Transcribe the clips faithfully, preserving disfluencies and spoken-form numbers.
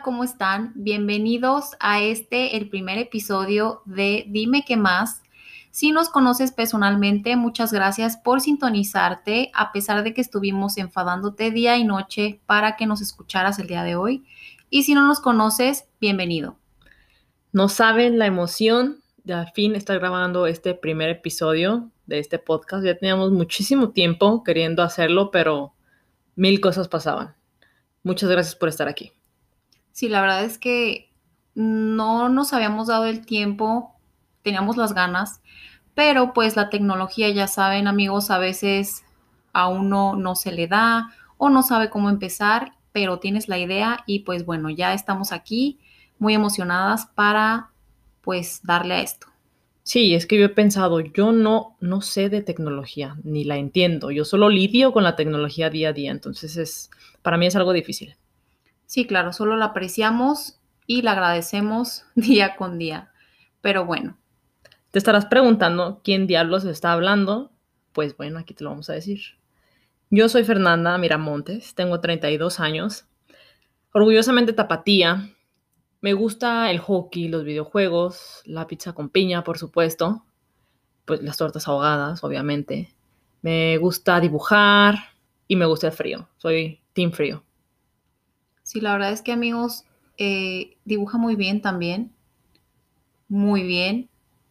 ¿cómo están? Bienvenidos a este, el primer episodio de Dime qué más. Si nos conoces personalmente, muchas gracias por sintonizarte, a pesar de que estuvimos enfadándote día y noche para que nos escucharas el día de hoy. Y si no nos conoces, bienvenido. No saben la emoción de al fin estar grabando este primer episodio de este podcast. Ya teníamos muchísimo tiempo queriendo hacerlo, pero mil cosas pasaban. Muchas gracias por estar aquí. Sí, la verdad es que no nos habíamos dado el tiempo, teníamos las ganas, pero pues la tecnología, ya saben, amigos, a veces a uno no se le da o no sabe cómo empezar, pero tienes la idea y pues bueno, ya estamos aquí muy emocionadas para pues darle a esto. Sí, es que yo he pensado, yo no, no sé de tecnología, ni la entiendo. Yo solo lidio con la tecnología día a día, entonces es, para mí es algo difícil. Sí, claro, solo la apreciamos y la agradecemos día con día. Pero bueno, Te estarás preguntando quién diablos está hablando. Pues bueno, aquí te lo vamos a decir. Yo soy Fernanda Miramontes, tengo treinta y dos años, orgullosamente tapatía. Me gusta el hockey, los videojuegos, la pizza con piña, por supuesto, pues las tortas ahogadas, obviamente. Me gusta dibujar y me gusta el frío. Soy team frío. sí, la verdad es que amigos, eh, dibuja muy bien también, muy bien.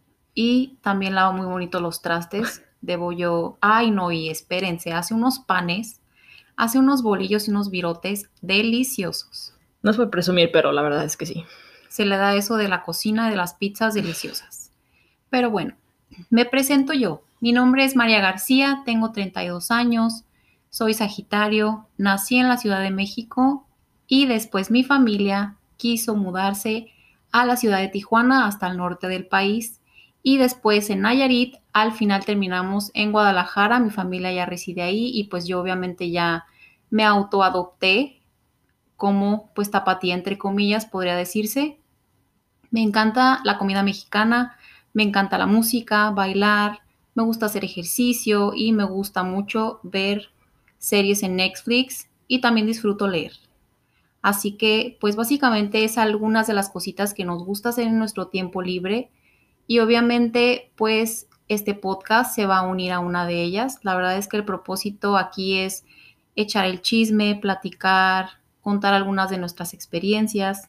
Y también lava muy bonito los trastes. Debo yo. Ay, no, y espérense, hace unos panes, hace unos bolillos y unos virotes deliciosos. No es por presumir, pero la verdad es que sí. Se le da eso de la cocina de las pizzas deliciosas. Pero bueno, me presento yo. Mi nombre es María García, tengo treinta y dos años, soy Sagitario, nací en la Ciudad de México y después mi familia quiso mudarse a la ciudad de Tijuana hasta el norte del país y después en Nayarit, al final terminamos en Guadalajara, mi familia ya reside ahí y pues yo obviamente ya me autoadopté como pues tapatía entre comillas podría decirse. Me encanta la comida mexicana, me encanta la música, bailar, me gusta hacer ejercicio y me gusta mucho ver series en Netflix y también disfruto leer. Así que, pues básicamente es algunas de las cositas que nos gusta hacer en nuestro tiempo libre y obviamente, pues este podcast se va a unir a una de ellas. La verdad es que el propósito aquí es echar el chisme, platicar, contar algunas de nuestras experiencias.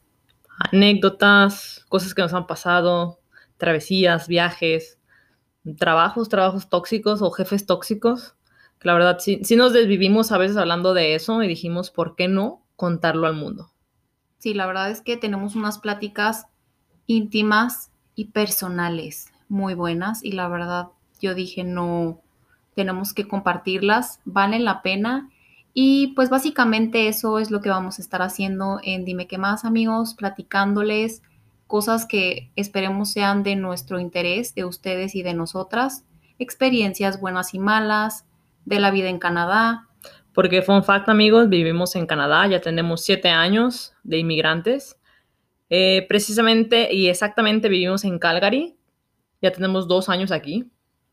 Anécdotas, cosas que nos han pasado, travesías, viajes, trabajos, trabajos tóxicos o jefes tóxicos. Que la verdad, sí, sí nos desvivimos a veces hablando de eso y dijimos, ¿por qué no contarlo al mundo? Sí, la verdad es que tenemos unas pláticas íntimas y personales muy buenas y la verdad yo dije no, tenemos que compartirlas, valen la pena y pues básicamente eso es lo que vamos a estar haciendo en Dime qué más amigos, platicándoles cosas que esperemos sean de nuestro interés, de ustedes y de nosotras, experiencias buenas y malas, de la vida en Canadá. Porque, fun fact, amigos, vivimos en Canadá, ya tenemos siete años de inmigrantes. Eh, precisamente y exactamente vivimos en Calgary, ya tenemos dos años aquí.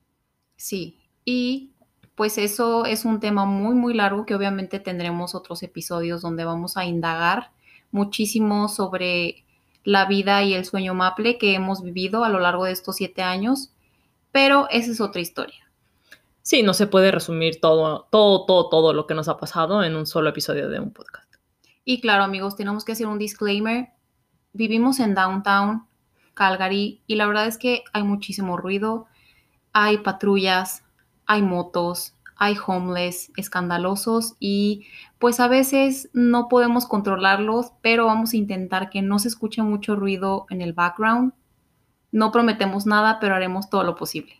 Sí, y pues eso es un tema muy, muy largo que obviamente tendremos otros episodios donde vamos a indagar muchísimo sobre la vida y el sueño Maple que hemos vivido a lo largo de estos siete años, pero esa es otra historia. Sí, no se puede resumir todo, todo, todo, todo lo que nos ha pasado en un solo episodio de un podcast. Y claro, amigos, tenemos que hacer un disclaimer. Vivimos en Downtown, Calgary, y la verdad es que hay muchísimo ruido. Hay patrullas, hay motos, hay homeless escandalosos y pues a veces no podemos controlarlos, pero vamos a intentar que no se escuche mucho ruido en el background. No prometemos nada, pero haremos todo lo posible.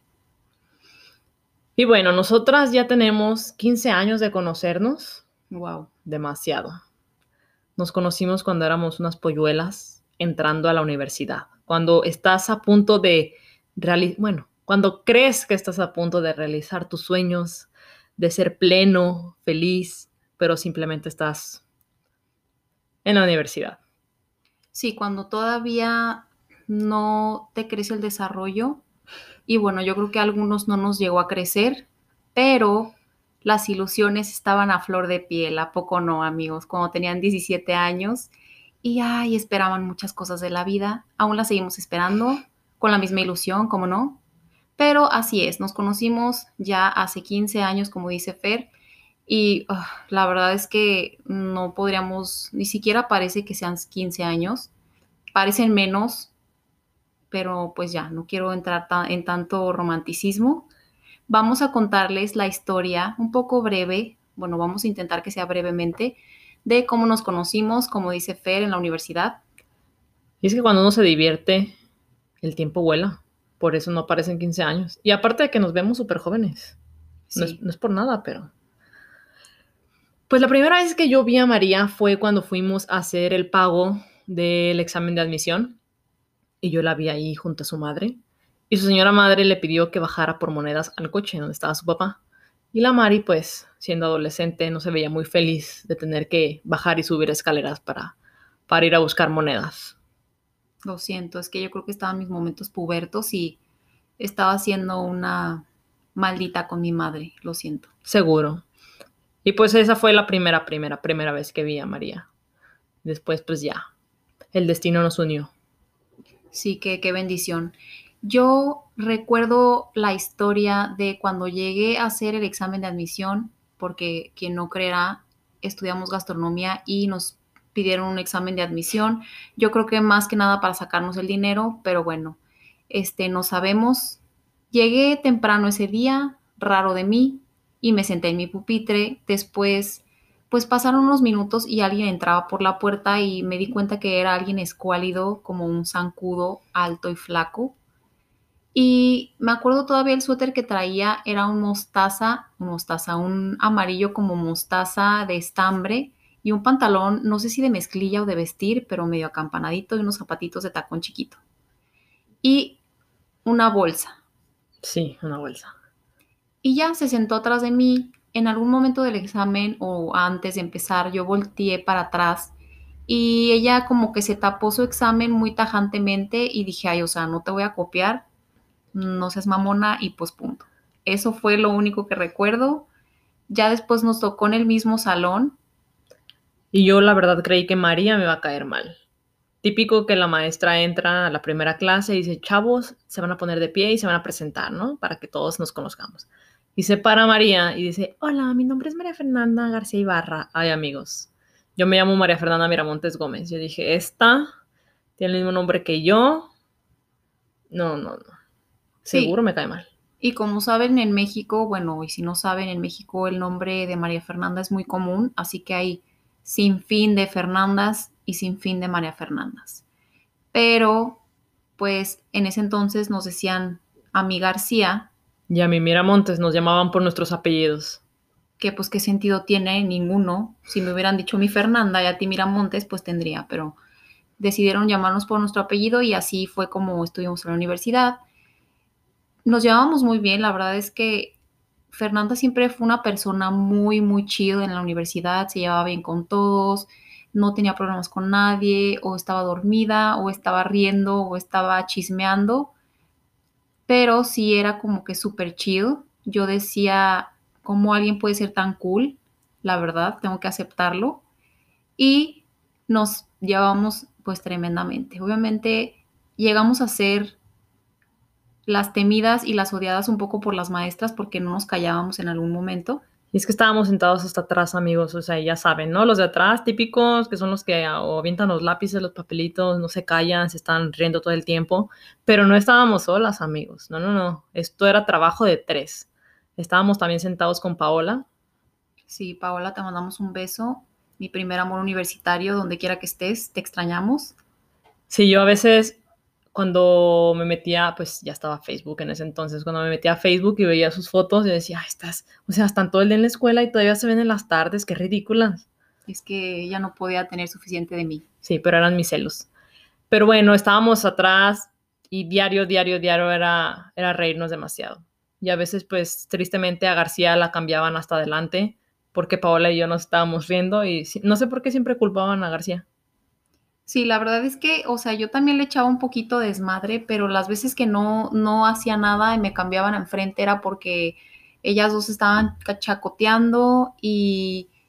Y bueno, nosotras ya tenemos quince años de conocernos, Wow. demasiado. Nos conocimos cuando éramos unas polluelas entrando a la universidad, cuando estás a punto de realizar, bueno, cuando crees que estás a punto de realizar tus sueños, de ser pleno, feliz, pero simplemente estás en la universidad. Sí, cuando todavía no te crece el desarrollo y bueno, yo creo que a algunos no nos llegó a crecer, pero las ilusiones estaban a flor de piel, ¿a poco no, amigos? Cuando tenían diecisiete años y ay, esperaban muchas cosas de la vida. Aún las seguimos esperando, con la misma ilusión, ¿cómo no? Pero así es, nos conocimos ya hace quince años, como dice Fer, y ah, la verdad es que no podríamos, ni siquiera parece que sean quince años, parecen menos, pero pues ya, no quiero entrar ta- en tanto romanticismo. Vamos a contarles la historia un poco breve, bueno, vamos a intentar que sea brevemente, de cómo nos conocimos, como dice Fer, en la universidad. Y es que cuando uno se divierte, el tiempo vuela. Por eso no parecen quince años. Y aparte de que nos vemos súper jóvenes. No es, Sí, no es por nada, pero... Pues la primera vez que yo vi a María fue cuando fuimos a hacer el pago del examen de admisión. Y yo la vi ahí junto a su madre. Y su señora madre le pidió que bajara por monedas al coche donde estaba su papá. Y la Mari, pues, siendo adolescente, no se veía muy feliz de tener que bajar y subir escaleras para, para ir a buscar monedas. lo siento, es que yo creo que estaba en mis momentos pubertos y estaba siendo una maldita con mi madre, lo siento. Seguro. Y pues esa fue la primera, primera, primera vez que vi a María. Después, pues ya, el destino nos unió. Sí, que qué bendición. Yo recuerdo la historia de cuando llegué a hacer el examen de admisión, porque quien no creerá, estudiamos gastronomía y nos pidieron un examen de admisión. Yo creo que más que nada para sacarnos el dinero, pero bueno, este no sabemos. Llegué temprano ese día, raro de mí, y me senté en mi pupitre. Después pues pasaron unos minutos y alguien entraba por la puerta y me di cuenta que era alguien escuálido, como un zancudo, alto y flaco. Y me acuerdo todavía el suéter que traía era un mostaza, un mostaza, un amarillo como mostaza de estambre y un pantalón, no sé si de mezclilla o de vestir, pero medio acampanadito y unos zapatitos de tacón chiquito. Y una bolsa. Sí, una bolsa. Y ya se sentó atrás de mí. En algún momento del examen o antes de empezar, yo volteé para atrás y ella como que se tapó su examen muy tajantemente y dije, ay, o sea, no te voy a copiar, no seas mamona y pues punto. Eso fue lo único que recuerdo. Ya después nos tocó en el mismo salón. Y yo la verdad creí que María me iba a caer mal. Típico que la maestra entra a la primera clase y dice, chavos, se van a poner de pie y se van a presentar, ¿no? Para que todos nos conozcamos. Y se para María y dice, hola, mi nombre es María Fernanda García Ibarra. Ay, amigos, yo me llamo María Fernanda Miramontes Gómez. Yo dije, esta tiene el mismo nombre que yo. No, no, no. Seguro Sí, me cae mal. y como saben en México, bueno, y si no saben, en México el nombre de María Fernanda es muy común, así que hay sin fin de Fernandas y sin fin de María Fernandas. Pero pues en ese entonces nos decían a mi García, Y a mí Miramontes nos llamaban por nuestros apellidos. que pues qué sentido tiene ninguno. Si me hubieran dicho mi Fernanda y a ti Miramontes, pues tendría, pero decidieron llamarnos por nuestro apellido y así fue como estuvimos en la universidad. Nos llevábamos muy bien, la verdad es que Fernanda siempre fue una persona muy, muy chido en la universidad, se llevaba bien con todos, no tenía problemas con nadie, o estaba dormida, o estaba riendo, o estaba chismeando, pero sí era como que súper chido. Yo decía, ¿cómo alguien puede ser tan cool? La verdad, tengo que aceptarlo. Y nos llevamos pues tremendamente. Obviamente llegamos a ser las temidas y las odiadas un poco por las maestras porque no nos callábamos en algún momento. Y es que estábamos sentados hasta atrás, amigos, o sea, ya saben, ¿no? Los de atrás, típicos, que son los que ah, o avientan los lápices, los papelitos, no se callan, se están riendo todo el tiempo, pero no estábamos solas, amigos, no, no, no, esto era trabajo de tres. Estábamos también sentados con Paola. Sí, Paola, te mandamos un beso. Mi primer amor universitario, donde quiera que estés, te extrañamos. Sí, yo a veces, cuando me metía, pues ya estaba Facebook en ese entonces, cuando me metía a Facebook y veía sus fotos, yo decía, ay, estás, o sea, están todo el día en la escuela y todavía se ven en las tardes, qué ridículas. Es que ella no podía tener suficiente de mí. Sí, pero eran mis celos. Pero bueno, estábamos atrás y diario, diario, diario era, era reírnos demasiado. Y a veces, pues, tristemente a García la cambiaban hasta adelante porque Paola y yo nos estábamos riendo y si- no sé por qué siempre culpaban a García. Sí, la verdad es que, o sea, yo también le echaba un poquito de desmadre, pero las veces que no, no hacía nada y me cambiaban enfrente era porque ellas dos estaban chacoteando y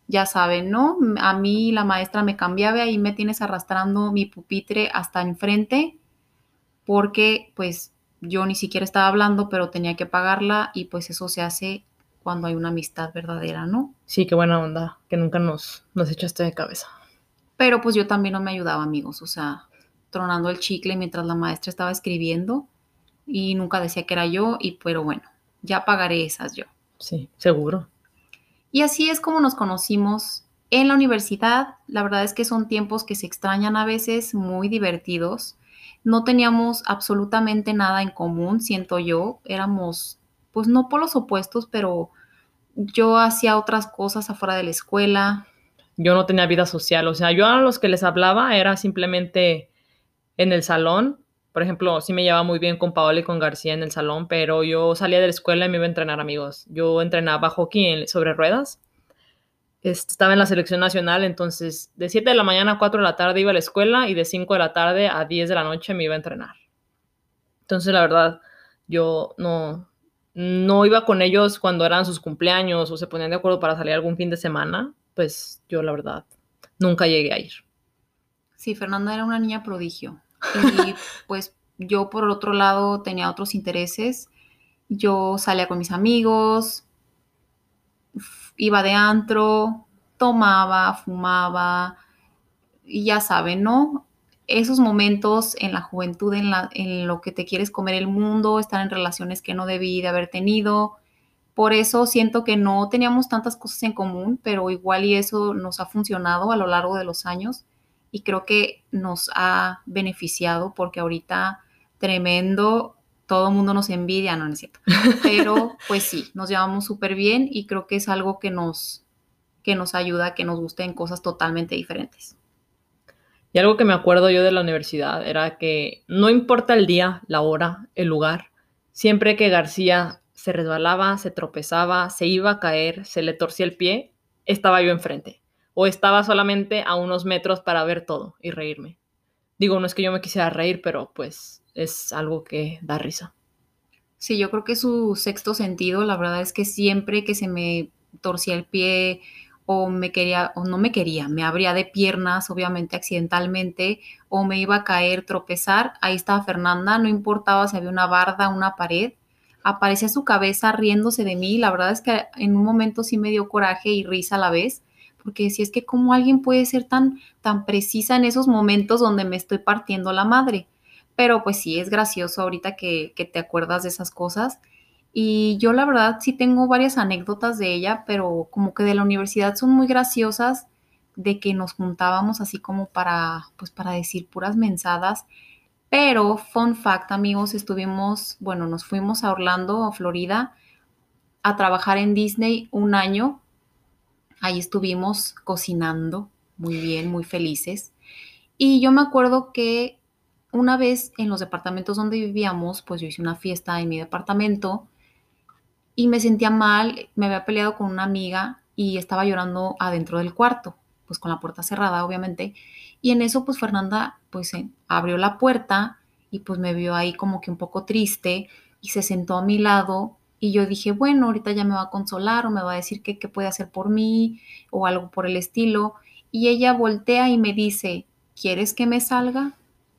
ya saben, ¿no? A mí la maestra me cambiaba y ahí me tienes arrastrando mi pupitre hasta enfrente porque pues yo ni siquiera estaba hablando, pero tenía que pagarla y pues eso se hace cuando hay una amistad verdadera, ¿no? Sí, qué buena onda, que nunca nos, nos echaste de cabeza. Pero pues yo también no me ayudaba, amigos, o sea, tronando el chicle mientras la maestra estaba escribiendo y nunca decía que era yo y pero bueno, ya pagaré esas yo. Sí, seguro. Y así es como nos conocimos en la universidad. La verdad es que son tiempos que se extrañan a veces, muy divertidos. No teníamos absolutamente nada en común, siento yo. Éramos, pues no polos opuestos, pero yo hacía otras cosas afuera de la escuela. Yo no tenía vida social, o sea, yo a los que les hablaba era simplemente en el salón. Por ejemplo, sí me llevaba muy bien con Paola y con García en el salón, pero yo salía de la escuela y me iba a entrenar, amigos. Yo entrenaba hockey en- sobre ruedas. Este, estaba en la selección nacional, entonces de siete de la mañana a cuatro de la tarde iba a la escuela y de cinco de la tarde a diez de la noche me iba a entrenar. Entonces, la verdad, yo no, no iba con ellos cuando eran sus cumpleaños o se ponían de acuerdo para salir algún fin de semana. Pues yo, la verdad, nunca llegué a ir. Sí, Fernanda era una niña prodigio. Y pues yo por el otro lado tenía otros intereses. Yo salía con mis amigos, iba de antro, tomaba, fumaba, y ya saben, ¿no? Esos momentos en la juventud, en, la, en lo que te quieres comer el mundo, estar en relaciones que no debí de haber tenido. Por eso siento que no teníamos tantas cosas en común, pero igual y eso nos ha funcionado a lo largo de los años y creo que nos ha beneficiado porque ahorita tremendo, todo el mundo nos envidia, no, no es cierto. Pero pues sí, nos llevamos súper bien y creo que es algo que nos, que nos ayuda, que nos gusten cosas totalmente diferentes. Y algo que me acuerdo yo de la universidad era que no importa el día, la hora, el lugar, siempre que García se resbalaba, se tropezaba, se iba a caer, se le torcía el pie, estaba yo enfrente. O estaba solamente a unos metros para ver todo y reírme. Digo, no es que yo me quisiera reír, pero pues es algo que da risa. Sí, yo creo que su sexto sentido, la verdad es que siempre que se me torcía el pie o me quería o no me quería, me abría de piernas, obviamente accidentalmente, o me iba a caer, tropezar, ahí estaba Fernanda, no importaba si había una barda, una pared, aparecía su cabeza riéndose de mí, la verdad es que en un momento sí me dio coraje y risa a la vez, porque si es que cómo alguien puede ser tan tan precisa en esos momentos donde me estoy partiendo la madre. Pero pues sí, es gracioso ahorita que, que te acuerdas de esas cosas. Y yo la verdad sí tengo varias anécdotas de ella, pero como que de la universidad son muy graciosas, de que nos juntábamos así como para, pues para decir puras mensadas. Pero, fun fact, amigos, estuvimos, bueno, nos fuimos a Orlando, a Florida, a trabajar en Disney un año. Ahí estuvimos cocinando, muy bien, muy felices. Y yo me acuerdo que una vez en los departamentos donde vivíamos, pues yo hice una fiesta en mi departamento y me sentía mal, me había peleado con una amiga y estaba llorando adentro del cuarto, pues con la puerta cerrada, obviamente. Y en eso, pues Fernanda, pues eh, abrió la puerta y pues me vio ahí como que un poco triste y se sentó a mi lado y yo dije, bueno, ahorita ya me va a consolar o me va a decir que qué puede hacer por mí o algo por el estilo. Y ella voltea y me dice, ¿quieres que me salga?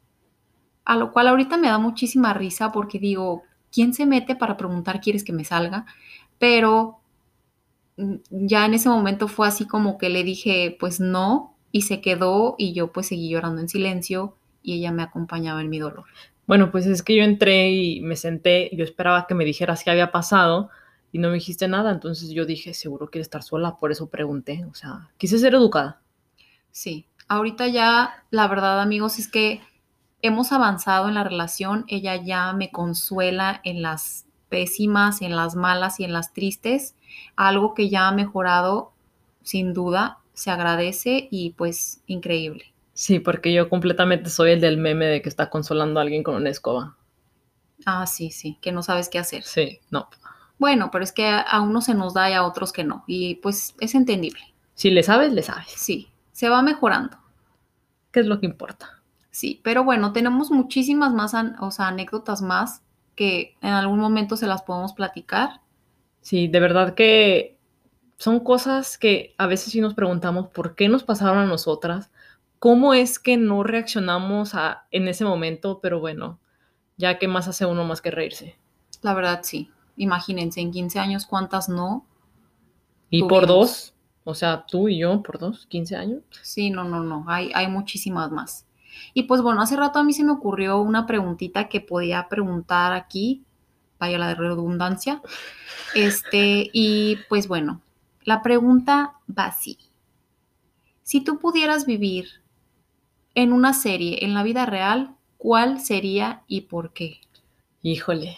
A lo cual ahorita me da muchísima risa porque digo, ¿quién se mete para preguntar, ¿quieres que me salga? Pero mm, ya en ese momento fue así como que le dije, pues no, y se quedó y yo pues seguí llorando en silencio y ella me acompañaba en mi dolor. Bueno, pues es que yo entré y me senté, yo esperaba que me dijeras qué había pasado y no me dijiste nada, entonces yo dije, seguro quiere estar sola, por eso pregunté, o sea, quise ser educada. Sí, ahorita ya la verdad amigos es que hemos avanzado en la relación, ella ya me consuela en las pésimas, en las malas y en las tristes, algo que ya ha mejorado sin duda, se agradece y pues increíble. Sí, porque yo completamente soy el del meme de que está consolando a alguien con una escoba. Ah, sí, sí, que no sabes qué hacer. Sí, no. Bueno, pero es que a, a unos se nos da y a otros que no, y pues es entendible. Si le sabes, le sabes. Sí, se va mejorando. ¿Qué es lo que importa? Sí, pero bueno, tenemos muchísimas más, an- o sea, anécdotas más que en algún momento se las podemos platicar. Sí, de verdad que son cosas que a veces sí nos preguntamos por qué nos pasaron a nosotras, cómo es que no reaccionamos a, en ese momento, pero bueno, ya que más hace uno más que reírse. La verdad, sí. Imagínense, en quince años, ¿cuántas no Y por tuvimos? dos, o sea, tú y yo por dos, quince años. Sí, no, no, no, hay, hay muchísimas más. Y pues bueno, hace rato a mí se me ocurrió una preguntita que podía preguntar aquí, vaya la de redundancia. Este, y pues bueno, la pregunta va así. Si tú pudieras vivir en una serie en la vida real, ¿cuál sería y por qué? Híjole,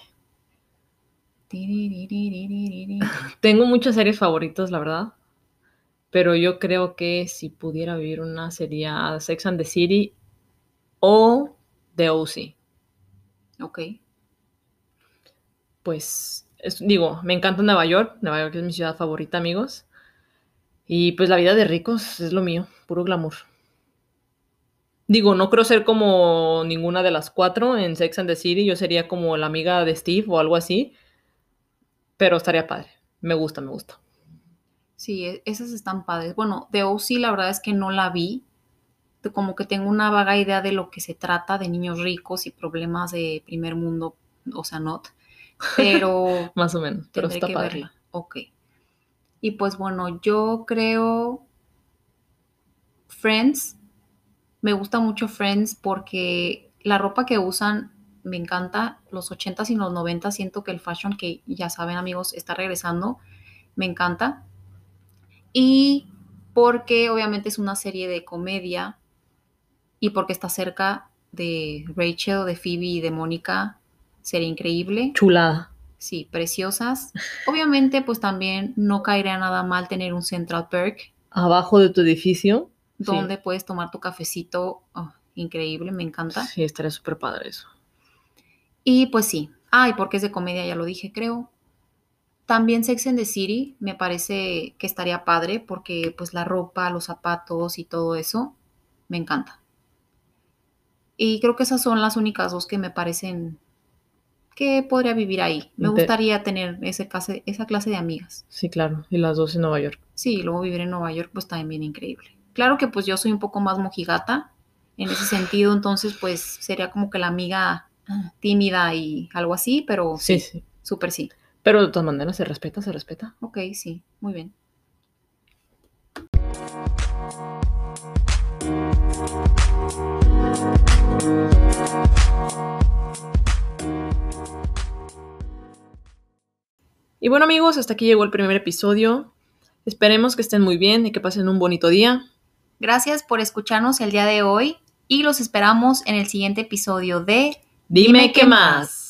Tiriririririririri. tengo muchas series favoritas, la verdad, pero yo creo que si pudiera vivir una sería Sex and the City o The O C. Ok, Pues, es- digo, me encanta Nueva York, Nueva York es mi ciudad favorita, amigos, y pues la vida de ricos es lo mío, puro glamour. Digo, no creo ser como ninguna de las cuatro en Sex and the City, yo sería como la amiga de Steve o algo así, pero estaría padre, me gusta, me gusta. sí, e- esas están padres. Bueno, de O C la verdad es que no la vi, de- como que tengo una vaga idea de lo que se trata, de niños ricos y problemas de primer mundo, o sea, not, pero Más o menos, pero tendré está que padre. verla. Ok. Y pues bueno, yo creo Friends, me gusta mucho Friends porque la ropa que usan me encanta, los ochentas y los noventas siento que el fashion que ya saben amigos está regresando, me encanta. Y porque obviamente es una serie de comedia y porque está cerca de Rachel, de Phoebe y de Mónica, sería increíble. Chulada. Sí, preciosas. Obviamente, pues también no caería nada mal tener un Central Perk Abajo de tu edificio, sí, donde puedes tomar tu cafecito. Oh, increíble, me encanta. sí, estaría súper padre eso. Y pues sí. Ah, y porque es de comedia, ya lo dije, creo. También Sex and the City me parece que estaría padre porque pues la ropa, los zapatos y todo eso me encanta. Y creo que esas son las únicas dos que me parecen que podría vivir ahí. Me Inte- gustaría tener ese clase, esa clase de amigas. sí, claro, y las dos en Nueva York. Sí, luego vivir en Nueva York pues también bien increíble. Claro que pues yo soy un poco más mojigata en ese sentido, entonces pues sería como que la amiga ah, tímida y algo así, pero Sí, sí, sí. súper sí. Pero de todas maneras se respeta, se respeta. Ok, sí, muy bien. Y bueno, amigos, hasta aquí llegó el primer episodio. Esperemos que estén muy bien y que pasen un bonito día. Gracias por escucharnos el día de hoy y los esperamos en el siguiente episodio de Dime qué más.